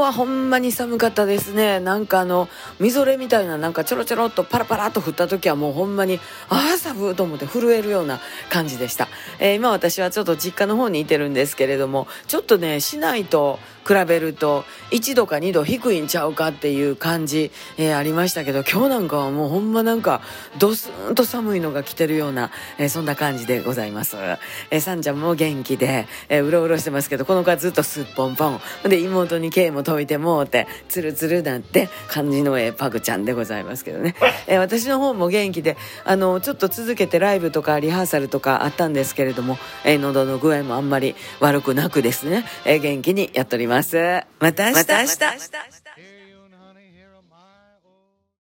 はほんまに寒かったですね。なんかみぞれみたいな、なんかちょろちょろっとパラパラっと降った時はもうほんまに寒いと思って震えるような感じでした。今私はちょっと実家の方にいてるんですけれども、ちょっとね市内と比べると1度か2度低いんちゃうかっていう感じ、ありましたけど、今日なんかはもうほんまなんかドスンと寒いのが来てるような、そんな感じでございます。さんちゃんも元気で、うろうろしてますけど、この子はずっとすっぽんぽんで、妹に毛も解いてもうてツルツルなって感じのパグちゃんでございますけどね。私の方も元気でちょっと続けてライブとかリハーサルとかあったんですけれども、喉の具合もあんまり悪くなくですね、元気にやっております。また明日。